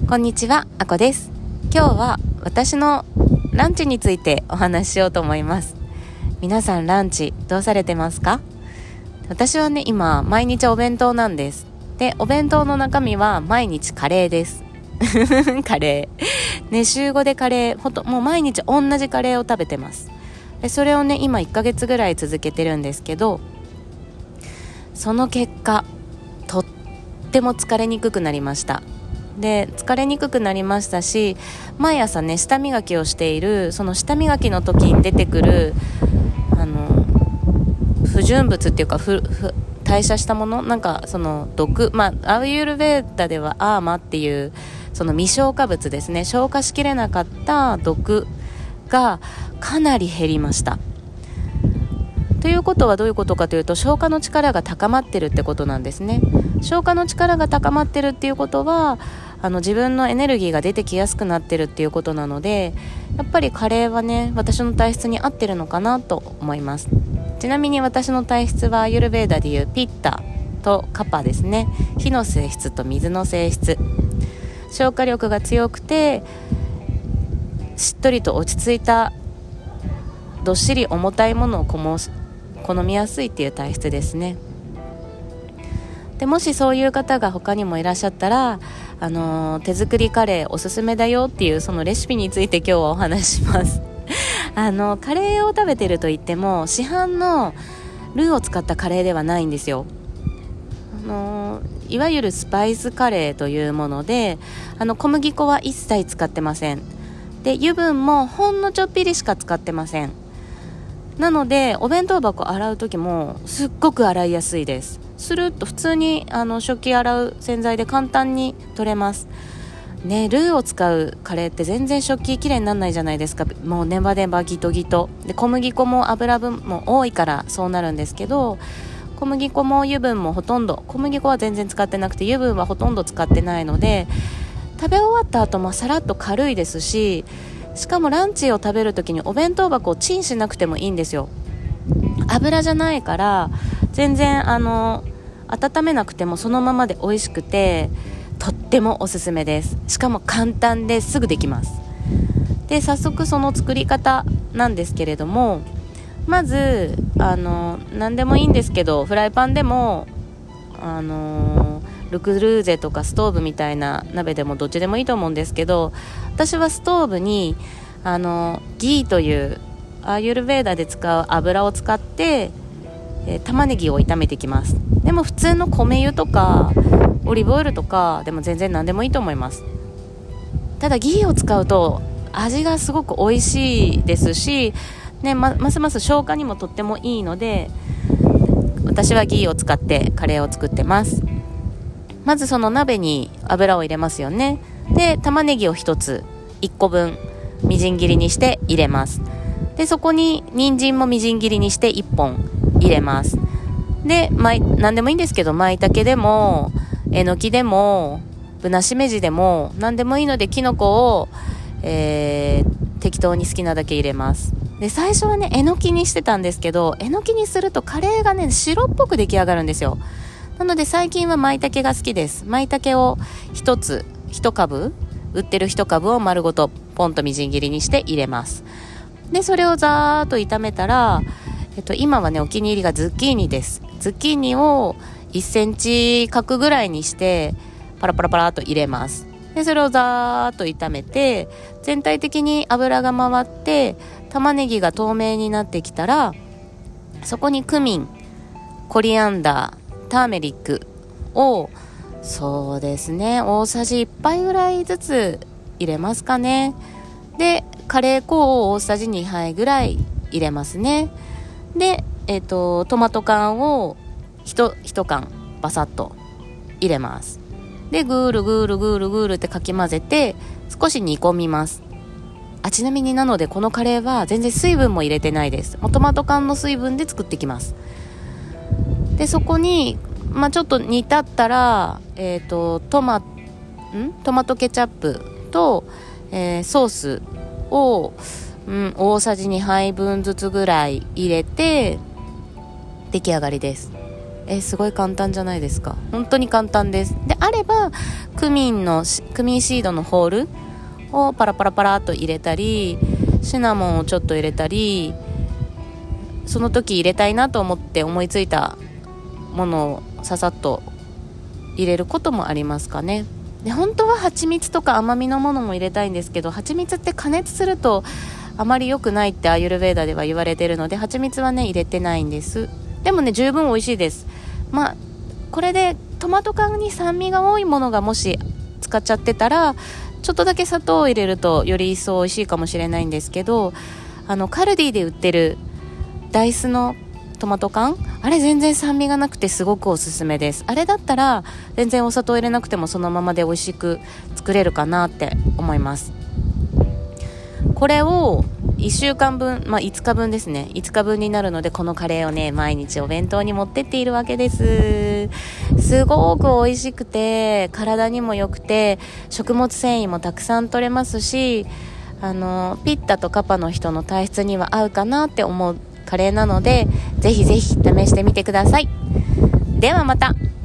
こんにちは、あこです。今日は私のランチについてお話ししようと思います。皆さんランチどうされてますか？私はね、今毎日お弁当なんです。で、お弁当の中身は毎日カレーですカレーね、週5でカレー、もう毎日同じカレーを食べてます。でそれをね、今1ヶ月ぐらい続けてるんですけど、その結果とっても疲れにくくなりました。で、疲れにくくなりましたし、毎朝ね、舌磨きをしている、その舌磨きの時に出てくる不純物っていうか、代謝したもの、なんかその毒、アーユルヴェーダではアーマっていうその未消化物ですね、消化しきれなかった毒がかなり減りました。ということはどういうことかというと、消化の力が高まってるってことなんですね。消化の力が高まってるっていうことは、自分のエネルギーが出てきやすくなってるっていうことなので、やっぱりカレーはね、私の体質に合ってるのかなと思います。ちなみに私の体質はアーユルヴェーダでいうピッタとカパですね。火の性質と水の性質。消化力が強くてしっとりと落ち着いたどっしり重たいものを好みやすいっていう体質ですね。で、もしそういう方が他にもいらっしゃったら、手作りカレーおすすめだよっていうそのレシピについて今日はお話ししますカレーを食べてるといっても市販のルーを使ったカレーではないんですよ。いわゆるスパイスカレーというもので、小麦粉は一切使ってません。で、油分もほんのちょっぴりしか使ってません。なのでお弁当箱洗う時もすっごく洗いやすいです。スルッと普通に食器洗う洗剤で簡単に取れますね。ルーを使うカレーって全然食器きれいにならないじゃないですか。もうネバネバギトギトで、小麦粉も油分も多いからそうなるんですけど、小麦粉も油分もほとんど、小麦粉は全然使ってなくて油分はほとんど使ってないので、食べ終わった後もさらっと軽いですし、しかもランチを食べるときにお弁当箱をチンしなくてもいいんですよ。油じゃないから全然温めなくてもそのままで美味しくて、とってもおすすめです。しかも簡単ですぐできます。で、早速その作り方なんですけれども、まず何でもいいんですけど、フライパンでもルクルーゼとかストーブみたいな鍋でもどっちでもいいと思うんですけど、私はストーブにギーというアーユルヴェーダで使う油を使って、玉ねぎを炒めていきます。でも普通の米油とかオリーブオイルとかでも全然何でもいいと思います。ただギーを使うと味がすごく美味しいですし、ね、ますます消化にもとってもいいので、私はギーを使ってカレーを作ってます。まずその鍋に油を入れますよね。で、玉ねぎを1個分みじん切りにして入れます。で、そこに人参もみじん切りにして1本入れます。で、何でもいいんですけど、舞茸でもえのきでもぶなしめじでも何でもいいので、きのこを、適当に好きなだけ入れます。で、最初はね、えのきにしてたんですけど、えのきにするとカレーがね、白っぽく出来上がるんですよ。なので最近は舞茸が好きです。舞茸を1株、売ってる1株を丸ごとポンとみじん切りにして入れます。で、それをざーっと炒めたら、今はね、お気に入りがズッキーニです。ズッキーニを1センチ角ぐらいにしてパラパラパラっと入れます。で、それをざーっと炒めて、全体的に油が回って玉ねぎが透明になってきたら、そこにクミン、コリアンダー、ターメリックをそうですね、大さじ1杯ぐらいずつ入れますかね。で、カレー粉を大さじ2杯ぐらい入れますね。で、トマト缶を1缶バサッと入れます。で、ぐーるぐーるぐーるぐーるってかき混ぜて少し煮込みます。ちなみになのでこのカレーは全然水分も入れてないです。もうトマト缶の水分で作ってきます。で、そこに、ちょっと煮立ったら、トマトケチャップと、ソースを、大さじ2杯分ずつぐらい入れて出来上がりです。 すごい簡単じゃないですか。本当に簡単です。であればクミンシードのホールをパラパラパラっと入れたり、シナモンをちょっと入れたり、その時入れたいなと思って思いついたものをささっと入れることもありますかね。で本当は蜂蜜とか甘みのものも入れたいんですけど、蜂蜜って加熱するとあまり良くないってアーユルヴェーダでは言われているので、蜂蜜はね入れてないんです。でもね十分美味しいです。これでトマト缶に酸味が多いものがもし使っちゃってたら、ちょっとだけ砂糖を入れるとより一層美味しいかもしれないんですけど、カルディで売ってるダイスのトマト缶、あれ全然酸味がなくてすごくおすすめです。あれだったら全然お砂糖入れなくてもそのままで美味しく作れるかなって思います。これを1週間分、5日分ですね、5日分になるので、このカレーをね毎日お弁当に持ってっているわけです。すごく美味しくて体にも良くて食物繊維もたくさん取れますし、ピッタとカパの人の体質には合うかなって思うカレーなので、ぜひぜひ試してみてください。ではまた。